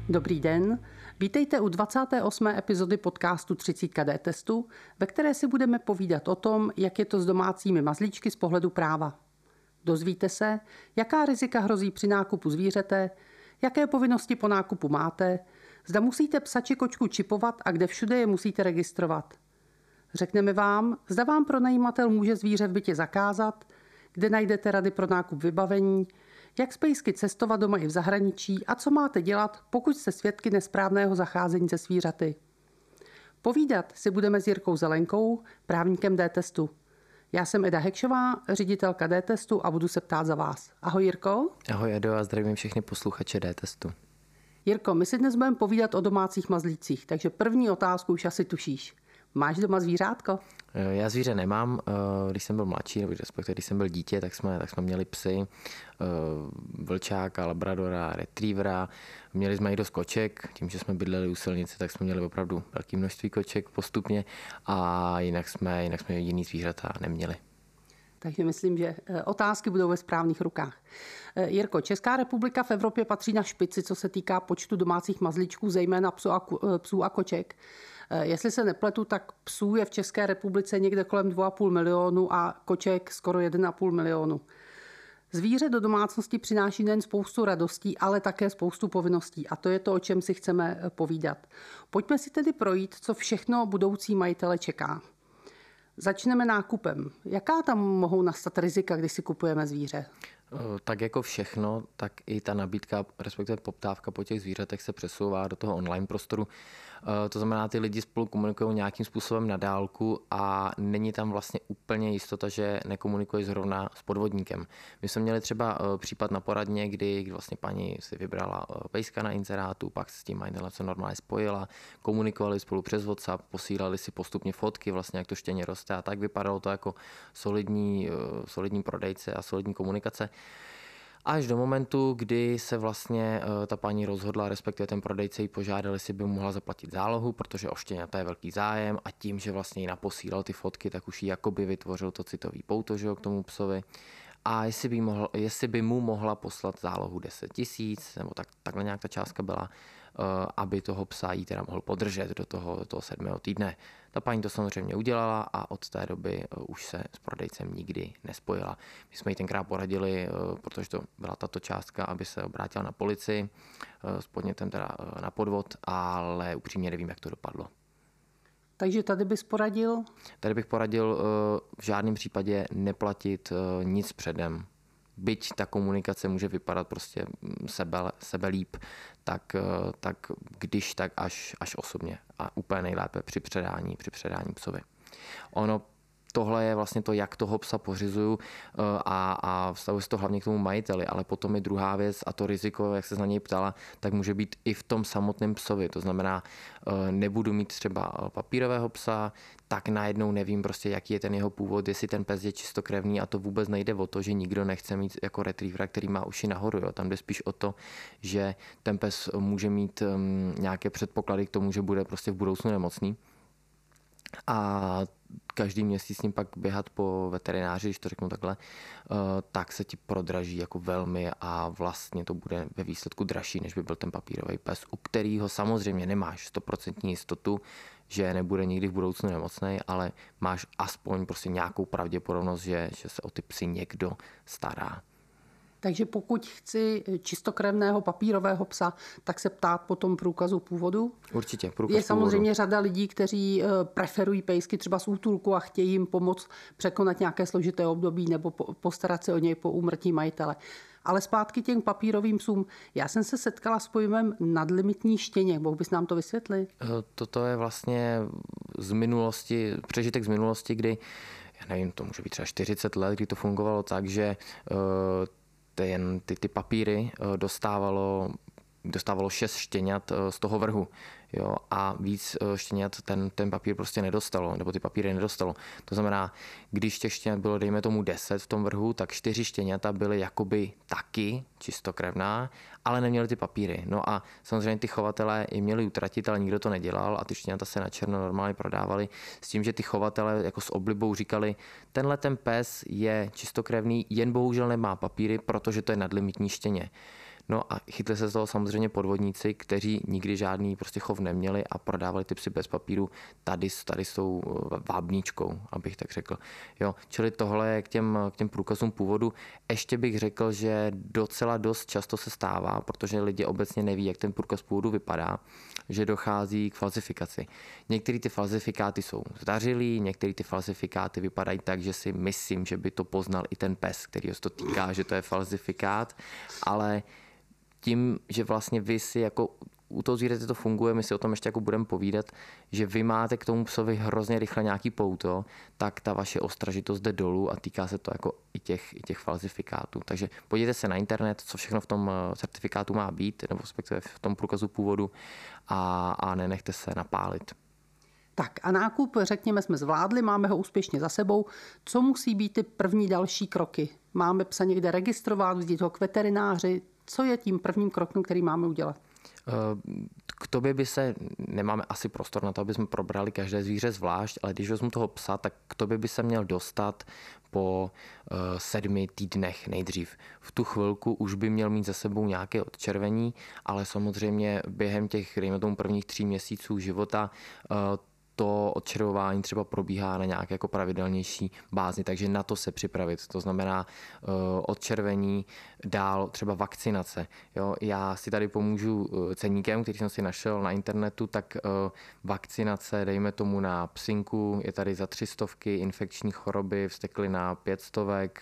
Dobrý den, vítejte u 28. epizody podcastu 30KD testu, ve které si budeme povídat o tom, jak je to s domácími mazlíčky z pohledu práva. Dozvíte se, jaká rizika hrozí při nákupu zvířete, jaké povinnosti po nákupu máte, zda musíte psa či kočku čipovat a kde všude je musíte registrovat. Řekneme vám, zda vám pronajímatel může zvíře v bytě zakázat, kde najdete rady pro nákup vybavení, jak s pejsky cestovat doma i v zahraničí a co máte dělat, pokud jste svědky nesprávného zacházení se zvířaty. Povídat si budeme s Jirkou Zelenkou, právníkem D-testu. Já jsem Eda Hekšová, ředitelka D-testu a budu se ptát za vás. Ahoj Jirko. Ahoj Edo a zdravím všechny posluchače D-testu. Jirko, my si dnes budeme povídat o domácích mazlících, takže první otázku už asi tušíš. Máš doma zvířátko? Já zvíře nemám. Když jsem byl mladší, nebo respektive když jsem byl dítě, tak jsme měli psy, vlčáka, labradora, retrievera. Měli jsme i dost koček, tím, že jsme bydleli u silnice, tak jsme měli opravdu velké množství koček postupně a jinak jsme jiný zvířata neměli. Takže myslím, že otázky budou ve správných rukách. Jirko, Česká republika v Evropě patří na špici, co se týká počtu domácích mazlíčků, zejména psů a koček. Jestli se nepletu, tak psů je v České republice někde kolem 2,5 milionu a koček skoro 1,5 milionu. Zvíře do domácnosti přináší nejen spoustu radostí, ale také spoustu povinností. A to je to, o čem si chceme povídat. Pojďme si tedy projít, co všechno budoucí majitele čeká. Začneme nákupem. Jaká tam mohou nastat rizika, když si kupujeme zvíře? Tak jako všechno, tak i ta nabídka, respektive poptávka po těch zvířatech se přesouvá do toho online prostoru. To znamená, ty lidi spolu komunikují nějakým způsobem na dálku a není tam vlastně úplně jistota, že nekomunikují zrovna s podvodníkem. My jsme měli třeba případ na poradně, kdy vlastně paní si vybrala pejska na inzerátu, pak s tím majitelem se normálně spojila, komunikovali spolu přes WhatsApp, posílali si postupně fotky, vlastně jak to štěně roste a tak vypadalo to jako solidní prodejce a solidní komunikace. Až do momentu, kdy se vlastně ta paní rozhodla, respektive ten prodejce jí požádal, jestli by mu mohla zaplatit zálohu, protože o štěňata je velký zájem a tím, že vlastně jí naposílal ty fotky, tak už jí jakoby vytvořil to citový pouto, že jo, k tomu psovi. A jestli by mu mohla poslat zálohu 10 000, nebo takhle nějak ta částka byla, aby toho psa jí teda mohl podržet do toho 7. týdne. Ta paní to samozřejmě udělala a od té doby už se s prodejcem nikdy nespojila. My jsme jí tenkrát poradili, protože to byla tato částka, aby se obrátila na policii s podnětem teda na podvod, ale upřímně nevím, jak to dopadlo. Takže tady bys poradil? Tady bych poradil v žádném případě neplatit nic předem. Byť ta komunikace může vypadat prostě sebe líp, tak když tak až osobně a úplně nejlépe při předání psovi. Tohle je vlastně to, jak toho psa pořizuju a vztahuje se to hlavně k tomu majiteli, ale potom je druhá věc a to riziko, jak se na něj ptala, tak může být i v tom samotném psovi. To znamená, nebudu mít třeba papírového psa, tak najednou nevím prostě, jaký je ten jeho původ, jestli ten pes je čistokrevný a to vůbec nejde o to, že nikdo nechce mít jako retrievera, který má uši nahoru. Jo. Tam jde spíš o to, že ten pes může mít nějaké předpoklady k tomu, že bude prostě v budoucnu nemocný. A každý měsíc s ním pak běhat po veterináři, když to řeknu takhle, tak se ti prodraží jako velmi a vlastně to bude ve výsledku dražší, než by byl ten papírový pes, u kterého samozřejmě nemáš 100% jistotu, že nebude nikdy v budoucnu nemocnej, ale máš aspoň prostě nějakou pravděpodobnost, že se o ty psy někdo stará. Takže pokud chci čistokrevného papírového psa, tak se ptát po tom průkazu původu? Určitě, průkaz Je samozřejmě původu. řada lidí, kteří preferují pejsky třeba z útulku a chtějí jim pomoct překonat nějaké složité období nebo postarat se o něj po úmrtí majitele. Ale zpátky těm papírovým psům. Já jsem se setkala s pojmem nadlimitní štěně. Mohl bys nám to vysvětlit? Toto je vlastně přežitek z minulosti, kdy, já nevím, to může být třeba 40 let, kdy to fungovalo tak, že ty papíry dostávalo 6 štěňat z toho vrhu. Jo, a víc štěňat ten papír prostě nedostalo, nebo ty papíry nedostalo. To znamená, když těch štěňat bylo, dejme tomu 10 v tom vrhu, tak 4 štěňata byly jakoby taky čistokrevná, ale neměly ty papíry. No a samozřejmě ty chovatelé je měli utratit, ale nikdo to nedělal a ty štěňata se na černo normálně prodávali s tím, že ty chovatelé jako s oblibou říkali, tenhle ten pes je čistokrevný, jen bohužel nemá papíry, protože to je nadlimitní štěně. No a chytli se z toho samozřejmě podvodníci, kteří nikdy žádný prostě chov neměli a prodávali ty psy bez papíru tady s tou vábníčkou, abych tak řekl. Jo, čili tohle je k těm průkazům původu. Ještě bych řekl, že docela dost často se stává, protože lidi obecně neví, jak ten průkaz původu vypadá, že dochází k falzifikaci. Některé ty falzifikáty jsou zdařilý, některé ty falzifikáty vypadají tak, že si myslím, že by to poznal i ten pes, který se to týká, že to je falzifikát, ale tím, že vlastně vy si jako u toho zvířete to funguje, my si o tom ještě jako budeme povídat, že vy máte k tomu psovi hrozně rychle nějaký pouto, tak ta vaše ostražitost jde dolů a týká se to jako i těch falzifikátů. Takže podívejte se na internet, co všechno v tom certifikátu má být, nebo respektive v tom průkazu původu a nenechte se napálit. Tak a nákup, řekněme, jsme zvládli, máme ho úspěšně za sebou. Co musí být ty první další kroky? Máme psa někde registrovat, vzít ho k veterináři? Co je tím prvním krokem, který máme udělat? K tobě by se, nemáme asi prostor na to, aby jsme probrali každé zvíře zvlášť, ale když vezmu toho psa, tak k tobě by se měl dostat po 7 týdnech nejdřív. V tu chvilku už by měl mít za sebou nějaké odčervení, ale samozřejmě během těch, dejme tomu, prvních 3 měsíců života to odčervování třeba probíhá na nějaké jako pravidelnější bázi, takže na to se připravit. To znamená odčervení, dál třeba vakcinace. Jo? Já si tady pomůžu ceníkem, který jsem si našel na internetu, tak vakcinace, dejme tomu na psinku, je tady za 300, infekční choroby, vzteklina 500,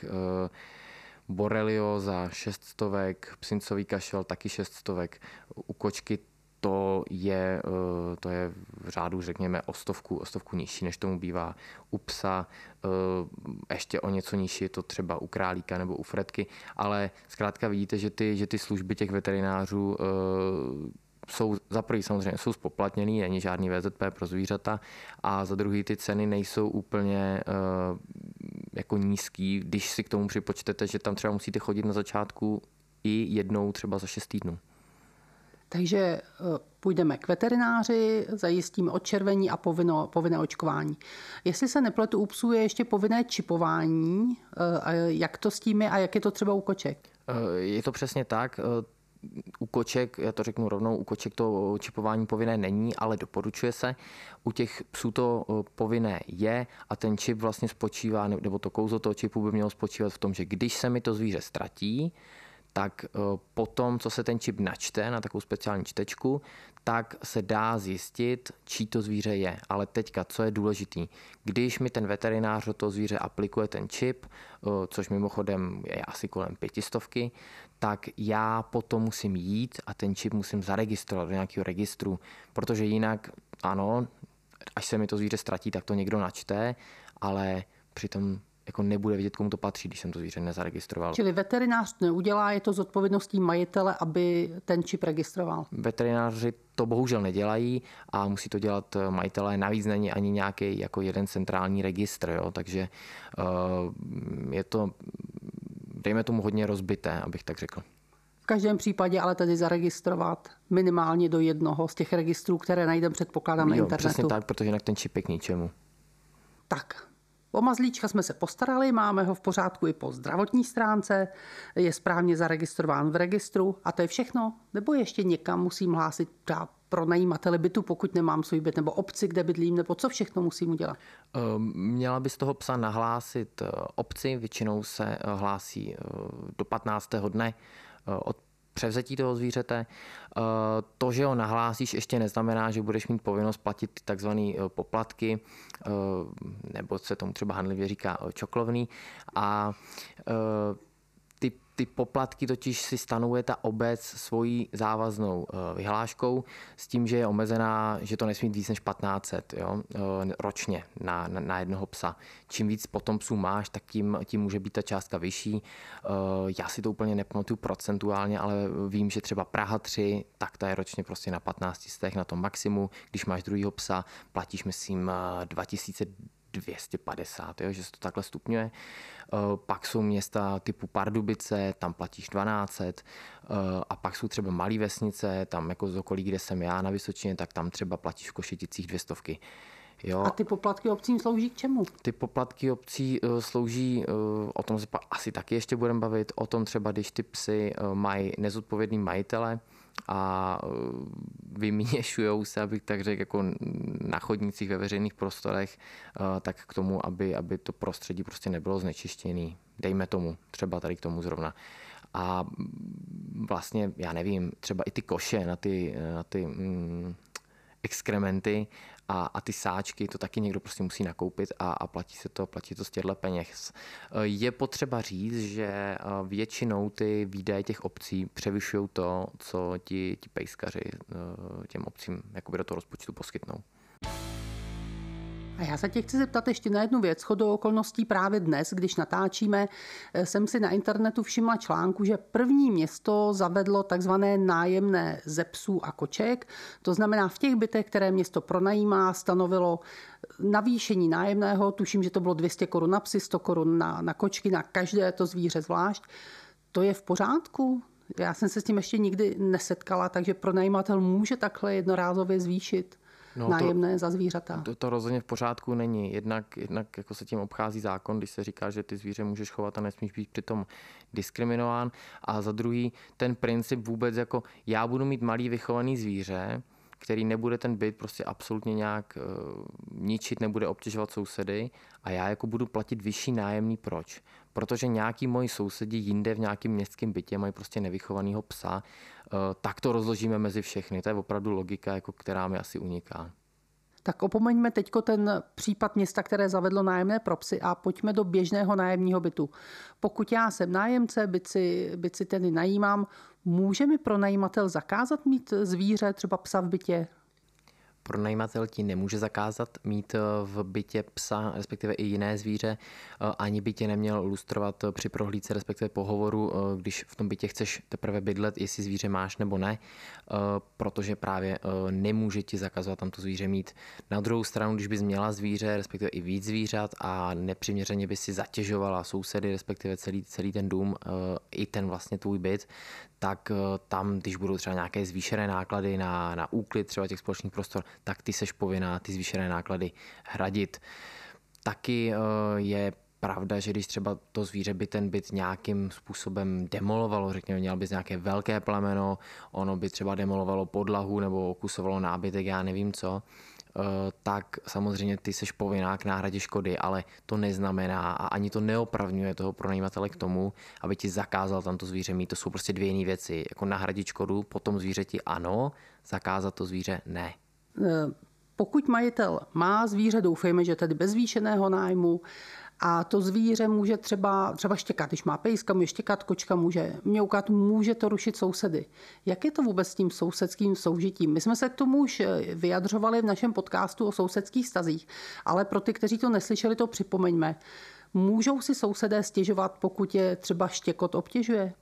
borelio za 600, psincový kašel taky 600, u kočky to je v řádu, řekněme, o stovku nižší, než tomu bývá u psa. Ještě o něco nižší je to třeba u králíka nebo u fretky, ale zkrátka vidíte, že ty služby těch veterinářů jsou za prvý samozřejmě jsou spoplatněný, není žádný VZP pro zvířata a za druhý ty ceny nejsou úplně jako nízký, když si k tomu připočtete, že tam třeba musíte chodit na začátku i jednou třeba za 6 týdnů. Takže půjdeme k veterináři, zajistíme odčervení a povinné očkování. Jestli se nepletu, u psů je ještě povinné čipování. Jak to s tím je a jak je to třeba u koček? Je to přesně tak. U koček, já to řeknu rovnou, u koček to čipování povinné není, ale doporučuje se. U těch psů to povinné je a ten čip vlastně spočívá, nebo to kouzlo toho čipu by mělo spočívat v tom, že když se mi to zvíře ztratí, tak potom, co se ten čip načte na takovou speciální čtečku, tak se dá zjistit, čí to zvíře je. Ale teďka, co je důležitý, když mi ten veterinář do toho zvíře aplikuje ten čip, což mimochodem je asi kolem 500, tak já potom musím jít a ten čip musím zaregistrovat do nějakého registru, protože jinak, ano, až se mi to zvíře ztratí, tak to někdo načte, ale přitom jako nebude vědět, komu to patří, když jsem to zvíře nezaregistroval. Čili veterinář to neudělá, je to zodpovědností majitele, aby ten čip registroval? Veterináři to bohužel nedělají a musí to dělat majitelé. Navíc není ani nějaký jako jeden centrální registr, jo? Takže je to, dejme tomu, hodně rozbité, abych tak řekl. V každém případě ale tedy zaregistrovat minimálně do jednoho z těch registrů, které najdeme, předpokládám, na internetu. Přesně tak, protože jinak ten čip je k ničemu. Tak, o mazlíčka jsme se postarali, máme ho v pořádku i po zdravotní stránce, je správně zaregistrován v registru a to je všechno? Nebo ještě někam musím hlásit pro najímatele bytu, pokud nemám svůj byt, nebo obci, kde bydlím, nebo co všechno musím udělat? Měla by z toho psa nahlásit obci, většinou se hlásí do 15. dne od převzetí toho zvířete. To, že ho nahlásíš, ještě neznamená, že budeš mít povinnost platit takzvané poplatky, nebo se tomu třeba hanlivě říká čoklovný. A ty poplatky totiž si stanovuje ta obec svojí závaznou vyhláškou s tím, že je omezená, že to nesmí být víc než 1500 ročně na jednoho psa. Čím víc potom psů máš, tak tím může být ta částka vyšší. Já si to úplně nepamatuju procentuálně, ale vím, že třeba Praha 3, tak ta je ročně prostě na 1500 na tom maximu. Když máš druhýho psa, platíš, myslím, 2250, že se to takhle stupňuje. Pak jsou města typu Pardubice, tam platíš 1200 a pak jsou třeba malé vesnice, tam jako z okolí, kde jsem já na Vysočině, tak tam třeba platíš v Košeticích 200. Jo. A ty poplatky obcím slouží k čemu? Ty poplatky obcí slouží, o tom se asi taky ještě budeme bavit, o tom třeba, když ty psy mají nezodpovědný majitele a vyměšujou se, abych tak řekl, jako na chodnících ve veřejných prostorech, tak k tomu, aby to prostředí prostě nebylo znečištěné. Dejme tomu, třeba tady k tomu zrovna. A vlastně, já nevím, třeba i ty koše na ty exkrementy a ty sáčky, to taky někdo prostě musí nakoupit a platí to z těchto peněz. Je potřeba říct, že většinou ty výdaje těch obcí převyšují to, co ti pejskaři těm obcím jakoby do toho rozpočtu poskytnou. A já se tě chci zeptat ještě na jednu věc. Shodou okolností právě dnes, když natáčíme, jsem si na internetu všimla článku, že první město zavedlo takzvané nájemné ze psů a koček. To znamená, v těch bytech, které město pronajímá, stanovilo navýšení nájemného. Tuším, že to bylo 200 korun na psy, 100 korun na kočky, na každé to zvíře zvlášť. To je v pořádku? Já jsem se s tím ještě nikdy nesetkala, takže pronajímatel může takhle jednorázově zvýšit nájemné za zvířata. To rozhodně v pořádku není. Jednak jako se tím obchází zákon, když se říká, že ty zvíře můžeš chovat a nesmíš být přitom diskriminován. A za druhý ten princip vůbec jako já budu mít malý vychovaný zvíře, který nebude ten byt prostě absolutně nějak ničit, nebude obtěžovat sousedy a já jako budu platit vyšší nájemný. Proč? Protože nějaký moji sousedi jinde v nějakém městském bytě mají prostě nevychovaného psa, tak to rozložíme mezi všechny. To je opravdu logika, jako která mi asi uniká. Tak opomeňme teďko ten případ města, které zavedlo nájemné pro psy a pojďme do běžného nájemního bytu. Pokud já jsem nájemce, byt si tedy najímám, může mi pronajímatel zakázat mít zvíře, třeba psa v bytě? Pronajímatel ti nemůže zakázat mít v bytě psa, respektive i jiné zvíře, ani by tě neměl lustrovat při prohlídce, respektive pohovoru, když v tom bytě chceš teprve bydlet, jestli zvíře máš nebo ne, protože právě nemůže ti zakazovat tam to zvíře mít. Na druhou stranu, když bys měla zvíře, respektive i víc zvířat a nepřiměřeně by si zatěžovala sousedy, respektive celý ten dům, i ten vlastně tvůj byt, tak tam, když budou třeba nějaké zvýšené náklady na úklid třeba těch společných prostor, tak ty seš povinná ty zvýšené náklady hradit. Taky je pravda, že když třeba to zvíře by ten byt nějakým způsobem demolovalo, řekněme, měl bys nějaké velké plemeno, ono by třeba demolovalo podlahu nebo okusovalo nábytek, já nevím co, tak samozřejmě ty seš povinná k náhradě škody, ale to neznamená a ani to neopravňuje toho pronajímatele k tomu, aby ti zakázal tam to zvíře mít. To jsou prostě dvě jiné věci. Jako nahradit škodu, potom zvířeti ano, zakázat to zvíře ne. Pokud majitel má zvíře, doufejme, že tedy bez zvýšeného nájmu, a to zvíře může třeba štěkat, když má pejska, může štěkat, kočka může mňoukat, může to rušit sousedy. Jak je to vůbec s tím sousedským soužitím? My jsme se k tomu už vyjadřovali v našem podcastu o sousedských vztazích, ale pro ty, kteří to neslyšeli, to připomeňme. Můžou si sousedé stěžovat, pokud je třeba štěkot obtěžuje?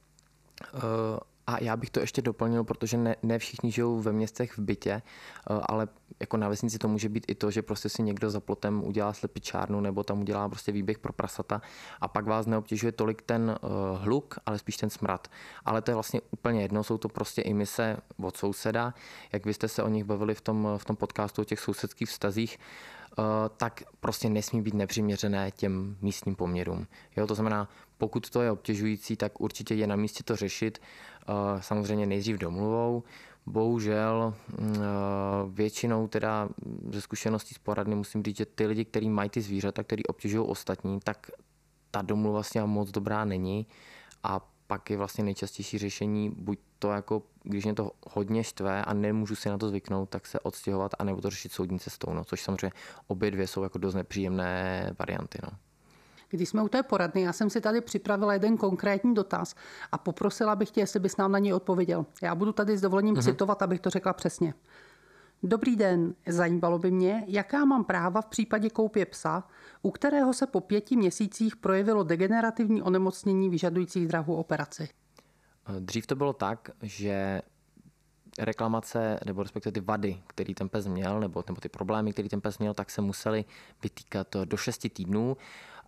A já bych to ještě doplnil, protože ne všichni žijou ve městech v bytě, ale jako na vesnici to může být i to, že prostě si někdo za plotem udělá slepičárnu nebo tam udělá prostě výběh pro prasata a pak vás neobtěžuje tolik ten hluk, ale spíš ten smrad. Ale to je vlastně úplně jedno, jsou to prostě emise od souseda, jak vy jste se o nich bavili v tom podcastu o těch sousedských vztazích, tak prostě nesmí být nepřiměřené těm místním poměrům. Jo, to znamená, pokud to je obtěžující, tak určitě je na místě to řešit, samozřejmě nejdřív domluvou. Bohužel většinou teda ze zkušeností z poradny musím říct, že ty lidi, kteří mají ty zvířata, který obtěžují ostatní, tak ta domluva vlastně moc dobrá není a pak je vlastně nejčastější řešení buď to jako, když mě to hodně štve a nemůžu si na to zvyknout, tak se odstěhovat a nebo to řešit soudní cestou, no, což samozřejmě obě dvě jsou jako dost nepříjemné varianty. No. Když jsme u té poradny, já jsem si tady připravila jeden konkrétní dotaz a poprosila bych tě, jestli bys nám na něj odpověděl. Já budu tady s dovolením citovat, abych to řekla přesně. Dobrý den, zajímalo by mě, jaká mám práva v případě koupě psa, u kterého se po 5 měsících projevilo degenerativní onemocnění vyžadující drahou operaci. Dřív to bylo tak, že reklamace nebo respektive ty vady, který ten pes měl, nebo ty problémy, který ten pes měl, tak se musely vytýkat do 6 týdnů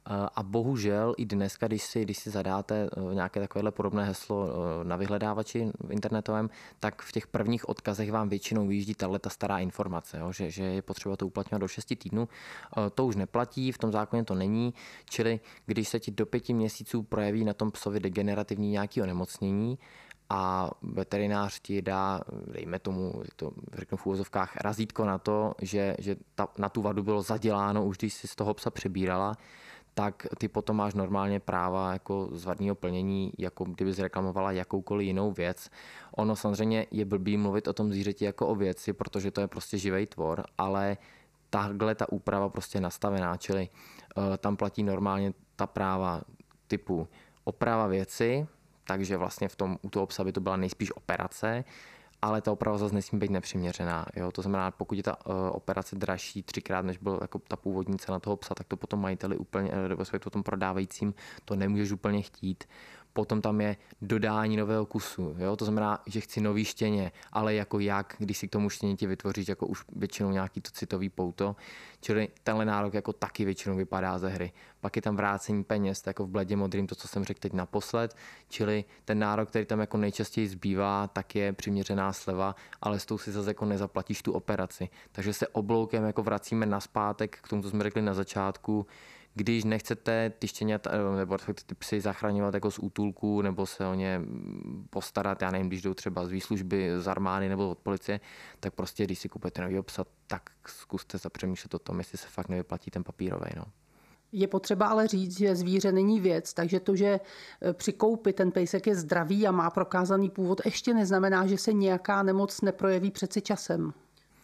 A bohužel i dneska, když si zadáte nějaké takovéhle podobné heslo na vyhledávači internetovém, tak v těch prvních odkazech vám většinou vyjíždí tato stará informace, jo, že je potřeba to uplatňovat do 6 týdnů. To už neplatí, v tom zákoně to není, čili když se ti do 5 měsíců projeví na tom psovi degenerativní nějaké onemocnění, a veterinář ti dá, dejme tomu, to řeknu v úvozovkách, razítko na to, že na tu vadu bylo zaděláno už když si z toho psa přebírala, tak ty potom máš normálně práva jako z vadního plnění, jako kdyby zreklamovala jakoukoliv jinou věc. Ono samozřejmě je blbý mluvit o tom zvířeti jako o věci, protože to je prostě živý tvor, ale takhle ta úprava prostě je nastavená, čili tam platí normálně ta práva typu oprava věci, takže vlastně u toho psa by to byla nejspíš operace, ale ta oprava zase nesmí být nepřiměřená. Jo? To znamená, pokud je ta operace dražší 3x, než byla jako ta původní cena toho psa, tak to potom majiteli úplně, nebo tom prodávajícím, to nemůžeš úplně chtít. Potom tam je dodání nového kusu. Jo? To znamená, že chci nový štěně, ale jako jak, když si k tomu štěně ti vytvoříš jako už většinou nějaký to citový pouto. Čili tenhle nárok jako taky většinou vypadá ze hry. Pak je tam vrácení peněz, to jako v bledě modrým, to, co jsem řekl teď naposled. Čili ten nárok, který tam jako nejčastěji zbývá, tak je přiměřená sleva, ale s tou si zase jako nezaplatíš tu operaci. Takže se obloukem jako vracíme nazpátek k tomu, co jsme řekli na začátku. Když nechcete ty štěňata, nebo ty psy zachraňovat jako z útulku, nebo se o ně postarat, já nevím, když jdou třeba z výslužby, z armády nebo od policie, tak prostě, když si kupujete novýho psa, tak zkuste zapřemýšlet o tom, jestli se fakt nevyplatí ten papírový. No. Je potřeba ale říct, že zvíře není věc, takže to, že při koupi ten pejsek je zdravý a má prokázaný původ, ještě neznamená, že se nějaká nemoc neprojeví přeci časem.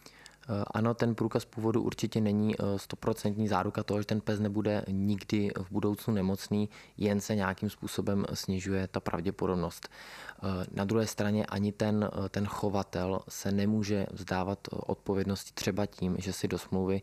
Ano, ten průkaz původu určitě není 100% záruka toho, že ten pes nebude nikdy v budoucnu nemocný, jen se nějakým způsobem snižuje ta pravděpodobnost. Na druhé straně ani ten chovatel se nemůže vzdávat odpovědnosti třeba tím, že si do smlouvy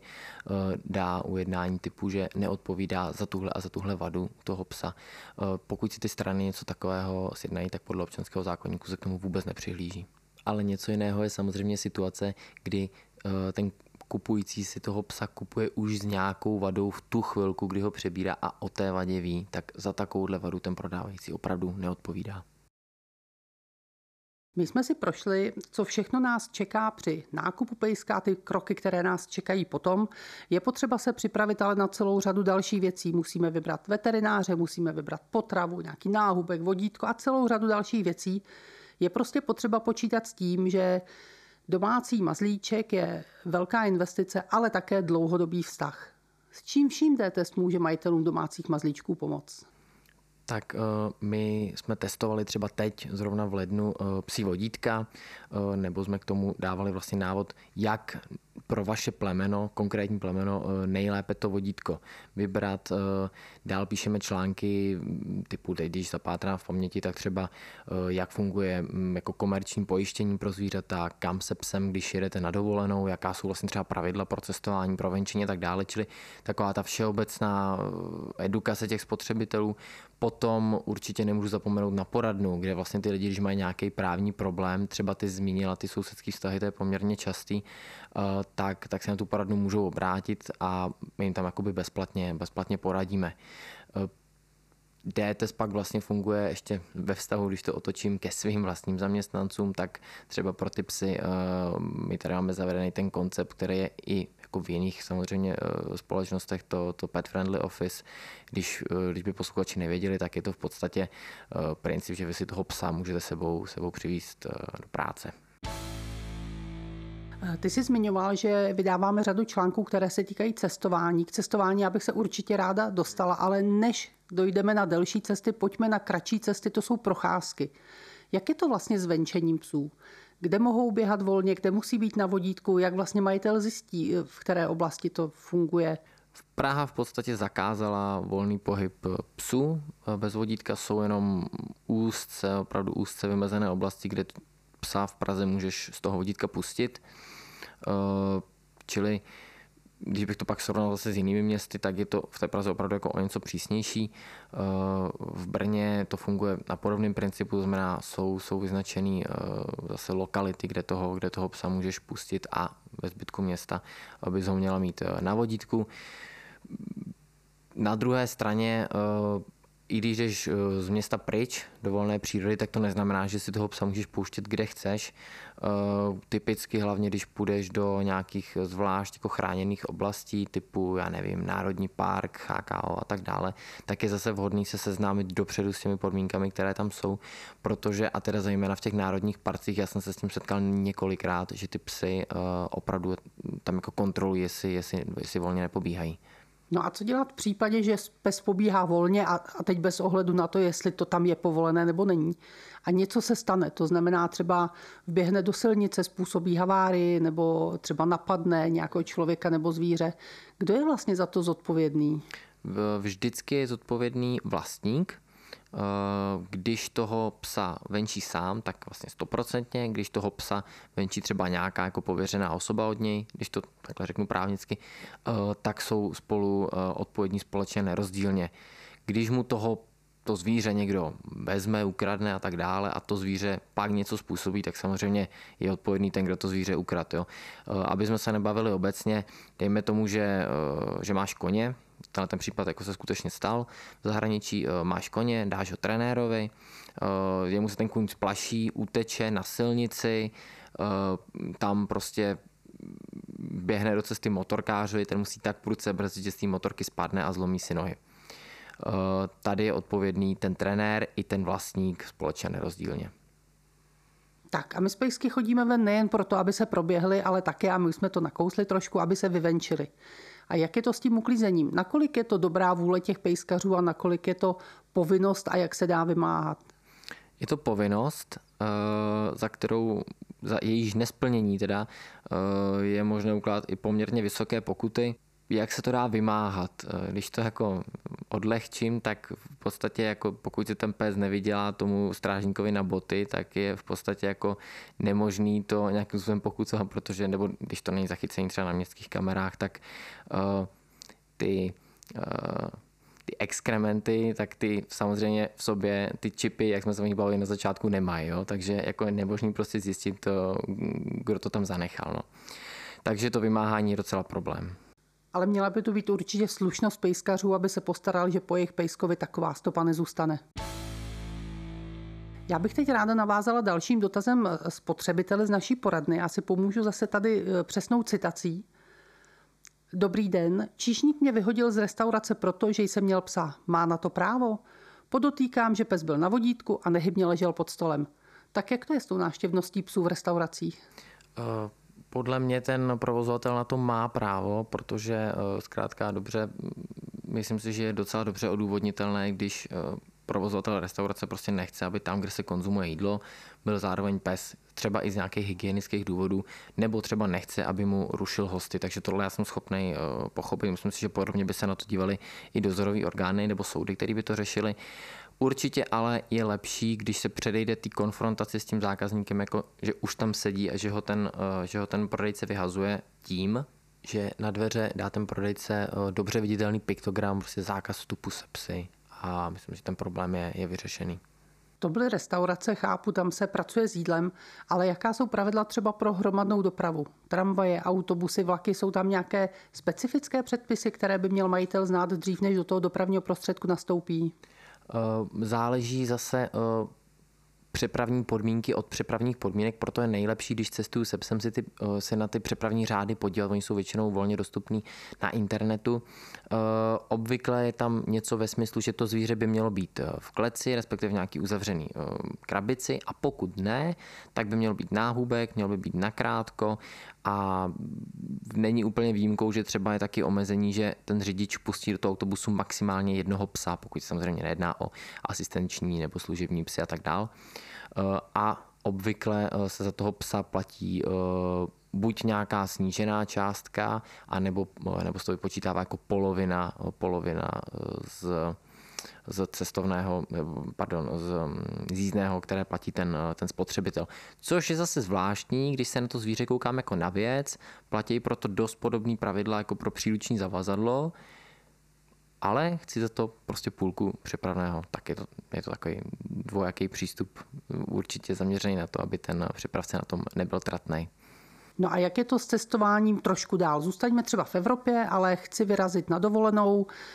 dá ujednání typu, že neodpovídá za tuhle a za tuhle vadu toho psa. Pokud si ty strany něco takového sjednají, tak podle občanského zákoníku se k tomu vůbec nepřihlíží. Ale něco jiného je samozřejmě situace, kdy ten kupující si toho psa kupuje už s nějakou vadou v tu chvilku, kdy ho přebírá a o té vadě ví, tak za takovouhle vadu ten prodávající opravdu neodpovídá. My jsme si prošli, co všechno nás čeká při nákupu pejska, ty kroky, které nás čekají potom. Je potřeba se připravit ale na celou řadu dalších věcí. Musíme vybrat veterináře, musíme vybrat potravu, nějaký náhubek, vodítko a celou řadu dalších věcí. Je prostě potřeba počítat s tím, že domácí mazlíček je velká investice, ale také dlouhodobý vztah. S čím vším test může majitelům domácích mazlíčků pomoct? Tak my jsme testovali třeba teď, zrovna v lednu, psí vodítka, nebo jsme k tomu dávali vlastně návod, jak pro vaše plemeno, konkrétní plemeno, nejlépe to vodítko vybrat. Dál píšeme články typu, když zapátrám v paměti, tak třeba jak funguje jako komerční pojištění pro zvířata, kam se psem, když jedete na dovolenou, jaká jsou vlastně třeba pravidla pro cestování, pro venčení a tak dále, čili taková ta všeobecná edukace těch spotřebitelů. Potom určitě nemůžu zapomenout na poradnu, kde vlastně ty lidi, když mají nějaký právní problém, třeba ty zmínila ty sousedské vztahy, to je poměrně častý, tak se na tu poradnu můžou obrátit a my jim tam jakoby bezplatně poradíme. D-test pak vlastně funguje ještě ve vztahu, když to otočím ke svým vlastním zaměstnancům, tak třeba pro ty psy my tady máme zavedený ten koncept, který je i jako v jiných samozřejmě společnostech, to Pet Friendly Office. Když by posluchači nevěděli, tak je to v podstatě princip, že vy si toho psa můžete sebou přivést do práce. Ty jsi zmiňoval, že vydáváme řadu článků, které se týkají cestování. K cestování já bych se určitě ráda dostala, ale než dojdeme na delší cesty, pojďme na kratší cesty, to jsou procházky. Jak je to vlastně s venčením psů? Kde mohou běhat volně, kde musí být na vodítku, jak vlastně majitel zjistí, v které oblasti to funguje? Praha v podstatě zakázala volný pohyb psů. Bez vodítka jsou jenom opravdu úzce vymezené oblasti, kde psa v Praze můžeš z toho vodítka pustit. Čili když bych to pak srovnal zase s jinými městy, tak je to v té Praze opravdu jako o něco přísnější. V Brně to funguje na podobném principu, to znamená, jsou vyznačený zase lokality, kde toho psa můžeš pustit a ve zbytku města bys ho měla mít na vodítku. Na druhé straně, i když jdeš z města pryč do volné přírody, tak to neznamená, že si toho psa můžeš pouštět kde chceš. Typicky hlavně, když půjdeš do nějakých zvlášť jako chráněných oblastí typu, já nevím, Národní park, HKO a tak dále, tak je zase vhodný se seznámit dopředu s těmi podmínkami, které tam jsou, protože, a teda zejména v těch národních parcích, já jsem se s tím setkal několikrát, že ty psy opravdu tam jako kontrolují, jestli volně nepobíhají. No a co dělat v případě, že pes pobíhá volně a teď bez ohledu na to, jestli to tam je povolené nebo není. A něco se stane, to znamená třeba vběhne do silnice, způsobí havárii nebo třeba napadne nějakého člověka nebo zvíře. Kdo je vlastně za to zodpovědný? Vždycky je zodpovědný vlastník. Když toho psa venčí sám, tak vlastně 100%, když toho psa venčí třeba nějaká jako pověřená osoba od něj, když to takhle řeknu právnicky, tak jsou spolu odpovědní společně nerozdílně. Když mu to zvíře někdo vezme, ukradne a tak dále a to zvíře pak něco způsobí, tak samozřejmě je odpovědný ten, kdo to zvíře ukradl. Aby jsme se nebavili obecně, dejme tomu, že máš koně, ten případ jako se skutečně stal, v zahraničí máš koně, dáš ho trenérovi, jemu se ten kůň splaší, uteče na silnici, tam prostě běhne do cesty motorkářovi, ten musí tak prudce brzdit, že z té motorky spadne a zlomí si nohy. Tady je odpovědný ten trenér i ten vlastník společně nerozdílně. Tak a my z pejsky chodíme ven nejen proto, aby se proběhli, ale také, a my jsme to nakousli trošku, aby se vyvenčili. A jak je to s tím uklízením? Nakolik je to dobrá vůle těch pejskařů a nakolik je to povinnost a jak se dá vymáhat? Je to povinnost, za jejíž nesplnění teda je možné ukládat i poměrně vysoké pokuty. Jak se to dá vymáhat? Když to jako odlehčím, tak v podstatě jako pokud se ten pes nevydělá tomu strážníkovi na boty, tak je v podstatě jako nemožný to nějakým způsobem pokucovat, protože nebo když to není zachycení třeba na městských kamerách, tak ty exkrementy, tak ty samozřejmě v sobě ty čipy, jak jsme se o nich bavili na začátku, nemají, jo? Takže jako je nemožný prostě zjistit, kdo to tam zanechal. No. Takže to vymáhání je docela problém. Ale měla by tu být určitě slušnost pejskařů, aby se postaral, že po jejich pejskovi taková stopa nezůstane. Já bych teď ráda navázala dalším dotazem spotřebitele z naší poradny. Já si pomůžu zase tady přesnou citací. Dobrý den, číšník mě vyhodil z restaurace proto, že jsem měl psa. Má na to právo? Podotýkám, že pes byl na vodítku a nehybně ležel pod stolem. Tak jak to je s tou návštěvností psů v restauracích? Podle mě ten provozovatel na to má právo, protože zkrátka dobře, myslím si, že je docela dobře odůvodnitelné, když provozovatel restaurace prostě nechce, aby tam, kde se konzumuje jídlo, byl zároveň pes, třeba i z nějakých hygienických důvodů, nebo třeba nechce, aby mu rušil hosty. Takže tohle já jsem schopný pochopit. Myslím si, že podobně by se na to dívali i dozorové orgány nebo soudy, které by to řešili. Určitě ale je lepší, když se předejde té konfrontaci s tím zákazníkem, jako že už tam sedí a že ho ten prodejce vyhazuje tím, že na dveře dá ten prodejce dobře viditelný piktogram, prostě zákaz vstupu se psy. A myslím, že ten problém je vyřešený. To byly restaurace, chápu, tam se pracuje s jídlem, ale jaká jsou pravidla třeba pro hromadnou dopravu? Tramvaje, autobusy, vlaky, jsou tam nějaké specifické předpisy, které by měl majitel znát dřív, než do toho dopravního prostředku nastoupí? Záleží zase přepravní podmínky od přepravních podmínek, proto je nejlepší, když cestuju se psem, si na ty přepravní řády podívat, oni jsou většinou volně dostupný na internetu. Obvykle je tam něco ve smyslu, že to zvíře by mělo být v kleci, respektive v nějaký uzavřený krabici a pokud ne, tak by měl být náhubek, měl by být nakrátko a není úplně výjimkou, že třeba je taky omezení, že ten řidič pustí do toho autobusu maximálně jednoho psa, pokud samozřejmě nejedná o asistenční nebo služební psy a tak dál. A obvykle se za toho psa platí buď nějaká snížená částka, anebo se to vypočítává jako polovina z cestovného, z jízdného, které platí ten spotřebitel. Což je zase zvláštní, když se na to zvíře koukám jako na věc, platí proto dost podobný pravidla jako pro příruční zavazadlo, ale chci za to prostě půlku přepravného. Tak je to takový dvojaký přístup, určitě zaměřený na to, aby ten přepravce na tom nebyl tratnej. No a jak je to s cestováním trošku dál? Zůstaňme třeba v Evropě, ale chci vyrazit na dovolenou.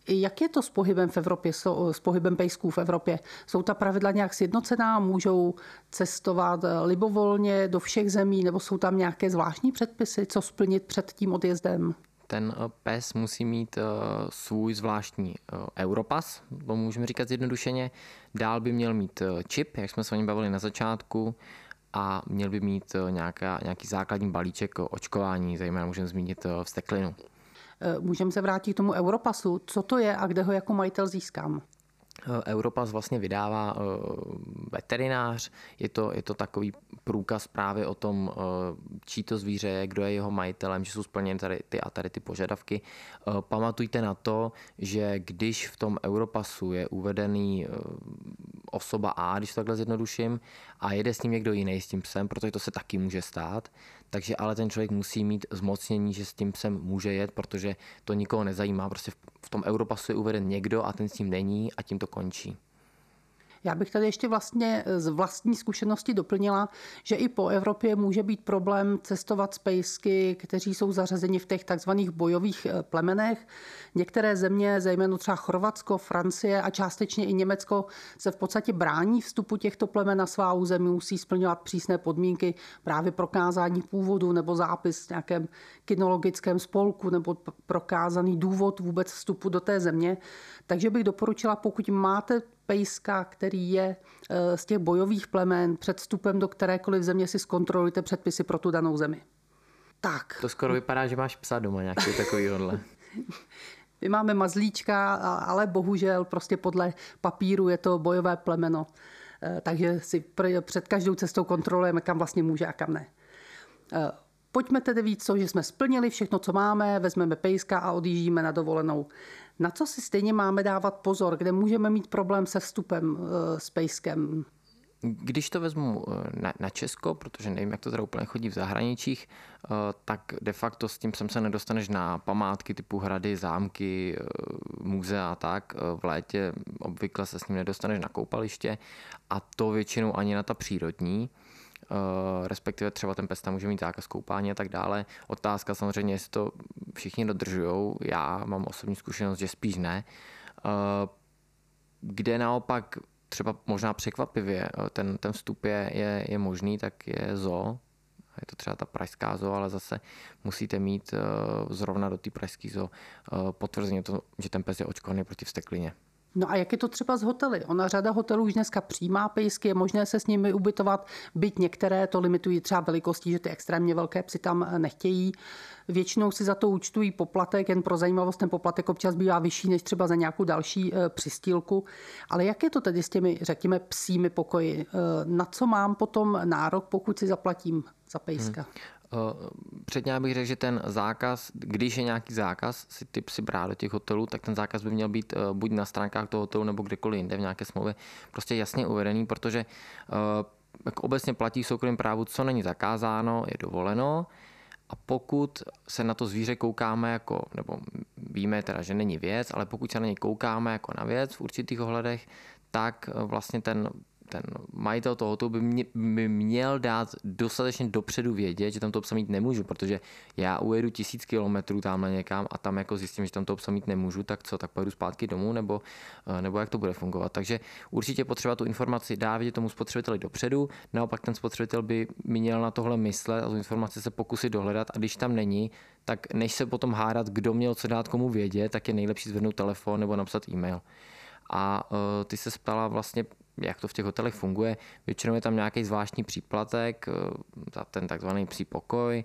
Jak je to s pohybem v Evropě, s pohybem pejsků v Evropě? Jsou ta pravidla nějak sjednocená? Můžou cestovat libovolně do všech zemí nebo jsou tam nějaké zvláštní předpisy, co splnit před tím odjezdem? Ten pes musí mít svůj zvláštní Europass, to můžeme říkat zjednodušeně. Dál by měl mít čip, jak jsme se o něm bavili na začátku, a měl by mít nějaký základní balíček očkování, zejména můžeme zmínit vzteklinu. Můžeme se vrátit k tomu Europasu. Co to je a kde ho jako majitel získám? Europass vlastně vydává veterinář. Je to takový průkaz právě o tom, čí to zvíře je, kdo je jeho majitelem, že jsou splněny tady ty požadavky. Pamatujte na to, že když v tom Europassu je uvedený osoba A, když to takhle zjednoduším, a jede s ním někdo jiný s tím psem, protože to se taky může stát, takže ale ten člověk musí mít zmocnění, že s tím psem může jet, protože to nikoho nezajímá. Prostě v tom Europassu je uveden někdo a ten s tím není a tím to končí. Já bych tady ještě vlastně z vlastní zkušenosti doplnila, že i po Evropě může být problém cestovat s pejsky, kteří jsou zařazeni v těch takzvaných bojových plemenech. Některé země, zejména třeba Chorvatsko, Francie a částečně i Německo, se v podstatě brání vstupu těchto plemen na svá území, musí splňovat přísné podmínky, právě prokázání původu nebo zápis v nějakém kynologickém spolku nebo prokázaný důvod vůbec vstupu do té země. Takže bych doporučila, pokud máte pejska, který je z těch bojových plemen, před vstupem do kterékoliv země si zkontrolujte předpisy pro tu danou zemi. Tak. To skoro vypadá, že máš psa doma, nějaký takovýhodle. My máme mazlíčka, ale bohužel prostě podle papíru je to bojové plemeno. Takže si před každou cestou kontrolujeme, kam vlastně může a kam ne. Pojďme tedy víc, že jsme splnili všechno, co máme, vezmeme pejska a odjíždíme na dovolenou. Na co si stejně máme dávat pozor, kde můžeme mít problém se vstupem s pejskem? Když to vezmu na Česko, protože nevím, jak to teda úplně chodí v zahraničích, tak de facto s tím sem se nedostaneš na památky typu hrady, zámky, muzea a tak. V létě obvykle se s ním nedostaneš na koupaliště a to většinou ani na ta přírodní. Respektive třeba ten pes tam může mít zákaz koupání a tak dále. Otázka samozřejmě, jestli to všichni dodržujou. Já mám osobní zkušenost, že spíš ne. Kde naopak třeba možná překvapivě ten vstup je možný, tak je zoo. Je to třeba ta pražská zoo, ale zase musíte mít zrovna do té pražské zoo potvrzení to, že ten pes je očkovaný proti vzteklině. No a jak je to třeba s hotely? Ona řada hotelů už dneska přijímá pejsky, je možné se s nimi ubytovat, byť některé to limitují třeba velikostí, že ty extrémně velké psy tam nechtějí. Většinou si za to účtují poplatek, jen pro zajímavost ten poplatek občas bývá vyšší než třeba za nějakou další přistýlku. Ale jak je to tedy s těmi, řekněme, psími pokoji? Na co mám potom nárok, pokud si zaplatím za pejska? Předně bych řekl, že ten zákaz, když je nějaký zákaz si ty psy brát do těch hotelů, tak ten zákaz by měl být buď na stránkách toho hotelu nebo kdekoliv jinde v nějaké smlouvě prostě jasně uvedený, protože jak obecně platí v soukromém právu, co není zakázáno, je dovoleno. A pokud se na to zvíře koukáme jako, nebo víme teda, že není věc, ale pokud se na něj koukáme jako na věc v určitých ohledech, tak vlastně ten majitel toho hotelu by měl dát dostatečně dopředu vědět, že tam toho psa mít nemůžu, protože já ujedu 1000 kilometrů tamhle někam a tam jako zjistím, že tam toho psa mít nemůžu, tak co, tak pojedu zpátky domů, nebo jak to bude fungovat. Takže určitě potřeba tu informaci dát vědět tomu spotřebiteli dopředu, naopak ten spotřebitel by měl na tohle myslet a tu informaci se pokusit dohledat a když tam není, tak než se potom hádat, kdo měl co dát komu vědět, tak je nejlepší zvednout telefon nebo napsat e-mail. A ty se ptala vlastně, jak to v těch hotelech funguje. Většinou je tam nějaký zvláštní příplatek za ten takzvaný psí pokoj.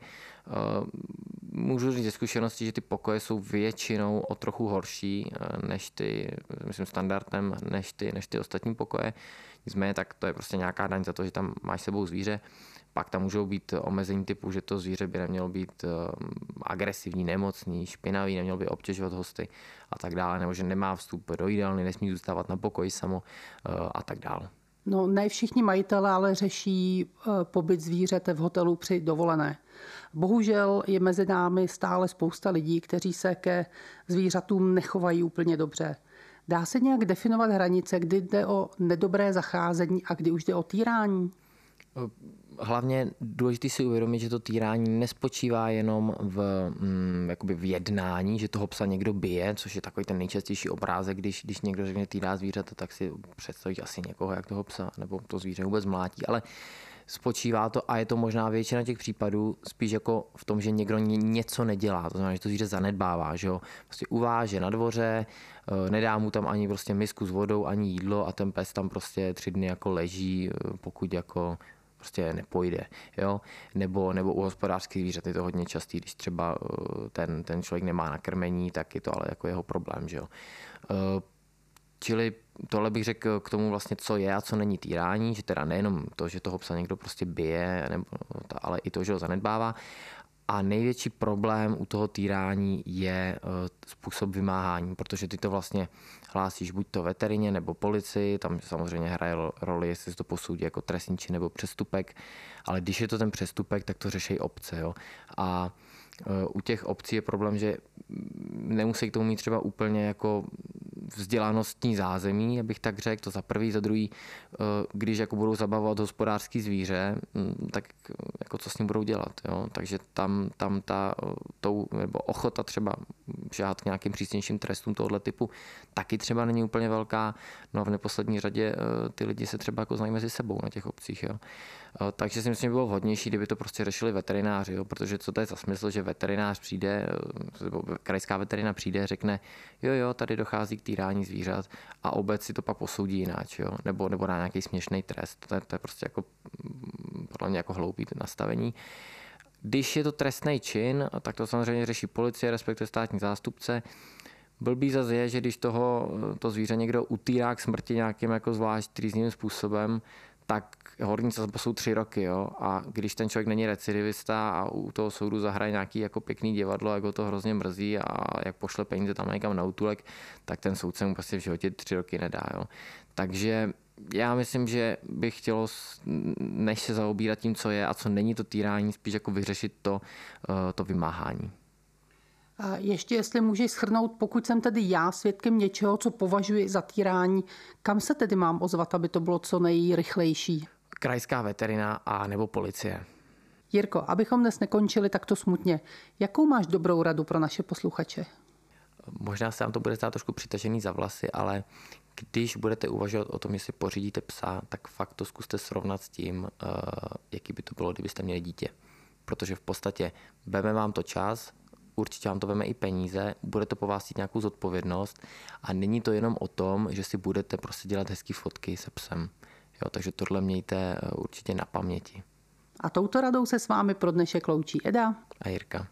Můžu říct ze zkušenosti, že ty pokoje jsou většinou o trochu horší než ty, myslím standardem, než ty ostatní pokoje. Nicméně tak to je prostě nějaká daň za to, že tam máš sebou zvíře. Pak tam můžou být omezení typu, že to zvíře by nemělo být agresivní, nemocný, špinavý, nemělo by obtěžovat hosty a tak dále, nebo že nemá vstup do jídelny, nesmí zůstávat na pokoji samo a tak dále. No, ne všichni majitelé ale řeší pobyt zvířete v hotelu při dovolené. Bohužel je mezi námi stále spousta lidí, kteří se ke zvířatům nechovají úplně dobře. Dá se nějak definovat hranice, kdy jde o nedobré zacházení a kdy už jde o týrání? Hlavně důležité si uvědomit, že to týrání nespočívá jenom jakoby v jednání, že toho psa někdo bije, což je takový ten nejčastější obrázek, když někdo řekne týrá zvířata, tak si představíš asi někoho, jak toho psa nebo to zvíře vůbec mlátí, ale spočívá to, a je to možná většina těch případů, spíš jako v tom, že někdo něco nedělá, to znamená, že to zvíře zanedbává, že jo, prostě uváže na dvoře, nedá mu tam ani prostě misku s vodou, ani jídlo a ten pes tam prostě 3 dny jako leží, pokud jako prostě nepojde, jo? Nebo u hospodářských zvířat je to hodně častý, když třeba ten člověk nemá nakrmení, tak je to ale jako jeho problém, že jo. Čili tohle bych řekl k tomu vlastně, co je a co není týrání, že teda nejenom to, že toho psa někdo prostě bije, ale i to, že ho zanedbává. A největší problém u toho týrání je způsob vymáhání, protože ty to vlastně hlásíš buď to veterině nebo policii, tam samozřejmě hraje roli, jestli se to posoudí jako trestný čin nebo přestupek, ale když je to ten přestupek, tak to řeší obce. Jo? A u těch obcí je problém, že nemusí k tomu mít třeba úplně jako vzdělanostní zázemí, abych tak řekl, to za prvý, za druhý, když jako budou zabavovat hospodářský zvíře, tak jako co s ním budou dělat, jo? Takže tam nebo ochota třeba žádat k nějakým přísnějším trestům tohoto typu taky třeba není úplně velká, no a v neposlední řadě ty lidi se třeba jako znají mezi sebou na těch obcích, jo? Takže si myslím, že bylo vhodnější, kdyby to prostě řešili veterináři, jo? Protože co to je za smysl, že veterinář přijde, nebo krajská veterina přijde, řekne, jo, tady dochází k týrání zvířat a obec si to pak posoudí jináč, jo? Nebo na nějaký směšný trest. To je prostě jako podle mě jako hloupý nastavení. Když je to trestný čin, tak to samozřejmě řeší policie, respektive státní zástupce. Blbý zase je, že když to zvíře někdo utýrá k smrti nějakým jako zvlášť trýznivým způsobem, tak horní sazba jsou 3 roky, jo? A když ten člověk není recidivista a u toho soudu zahraje nějaký jako pěkný divadlo, jak ho to hrozně mrzí a jak pošle peníze tam někam na útulek, tak ten soudce mu prostě v životě 3 roky nedá, jo? Takže já myslím, že bych chtělo, než se zaobírat tím, co je a co není to týrání, spíš jako vyřešit to vymáhání. A ještě, jestli můžeš shrnout, pokud jsem tedy já svědkem něčeho, co považuji za týrání, kam se tedy mám ozvat, aby to bylo co nejrychlejší? Krajská veterina a nebo policie. Jirko, abychom dnes nekončili takto smutně, jakou máš dobrou radu pro naše posluchače? Možná se vám to bude stát trošku přitažený za vlasy, ale když budete uvažovat o tom, jestli pořídíte psa, tak fakt to zkuste srovnat s tím, jaký by to bylo, kdybyste měli dítě. Protože v podstatě veme vám to čas, určitě vám to veme i peníze, bude to po vás cít nějakou zodpovědnost a není to jenom o tom, že si budete prostě dělat hezký fotky se psem. Jo, takže tohle mějte určitě na paměti. A touto radou se s vámi pro dnešek loučí Eda a Jirka.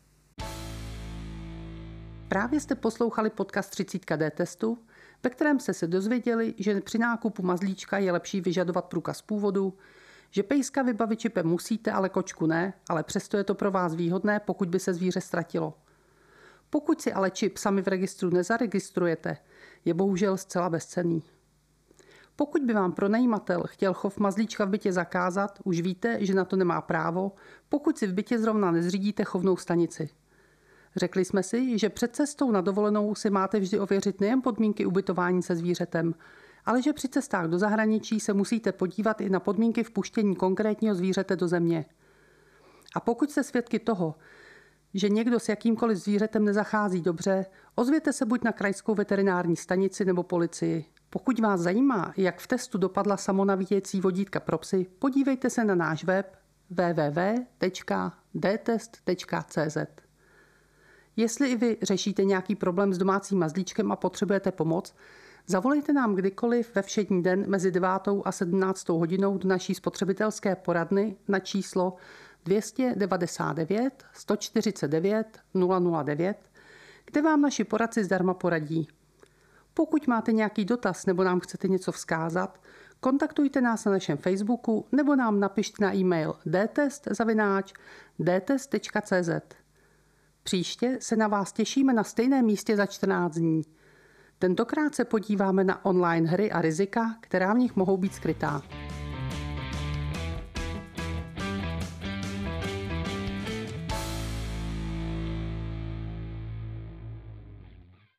Právě jste poslouchali podcast 30 D-testu, ve kterém jste se dozvěděli, že při nákupu mazlíčka je lepší vyžadovat průkaz původu, že pejska vybavit čipem musíte, ale kočku ne, ale přesto je to pro vás výhodné, pokud by se zvíře ztratilo. Pokud si ale čip sami v registru nezaregistrujete, je bohužel zcela bezcenný. Pokud by vám pronajímatel chtěl chov mazlíčka v bytě zakázat, už víte, že na to nemá právo, pokud si v bytě zrovna nezřídíte chovnou stanici. Řekli jsme si, že před cestou na dovolenou si máte vždy ověřit nejen podmínky ubytování se zvířetem, ale že při cestách do zahraničí se musíte podívat i na podmínky vpuštění konkrétního zvířete do země. A pokud jste svědky toho, že někdo s jakýmkoliv zvířetem nezachází dobře, ozvěte se buď na krajskou veterinární stanici nebo policii. Pokud vás zajímá, jak v testu dopadla samonavíjecí vodítka pro psy, podívejte se na náš web www.dtest.cz. Jestli i vy řešíte nějaký problém s domácím mazlíčkem a potřebujete pomoc, zavolejte nám kdykoliv ve všední den mezi 9. a 17. hodinou do naší spotřebitelské poradny na číslo 299 149 009, kde vám naši poradci zdarma poradí. Pokud máte nějaký dotaz nebo nám chcete něco vzkázat, kontaktujte nás na našem Facebooku nebo nám napište na e-mail dtest@dtest.cz. Příště se na vás těšíme na stejném místě za 14 dní. Tentokrát se podíváme na online hry a rizika, která v nich mohou být skrytá.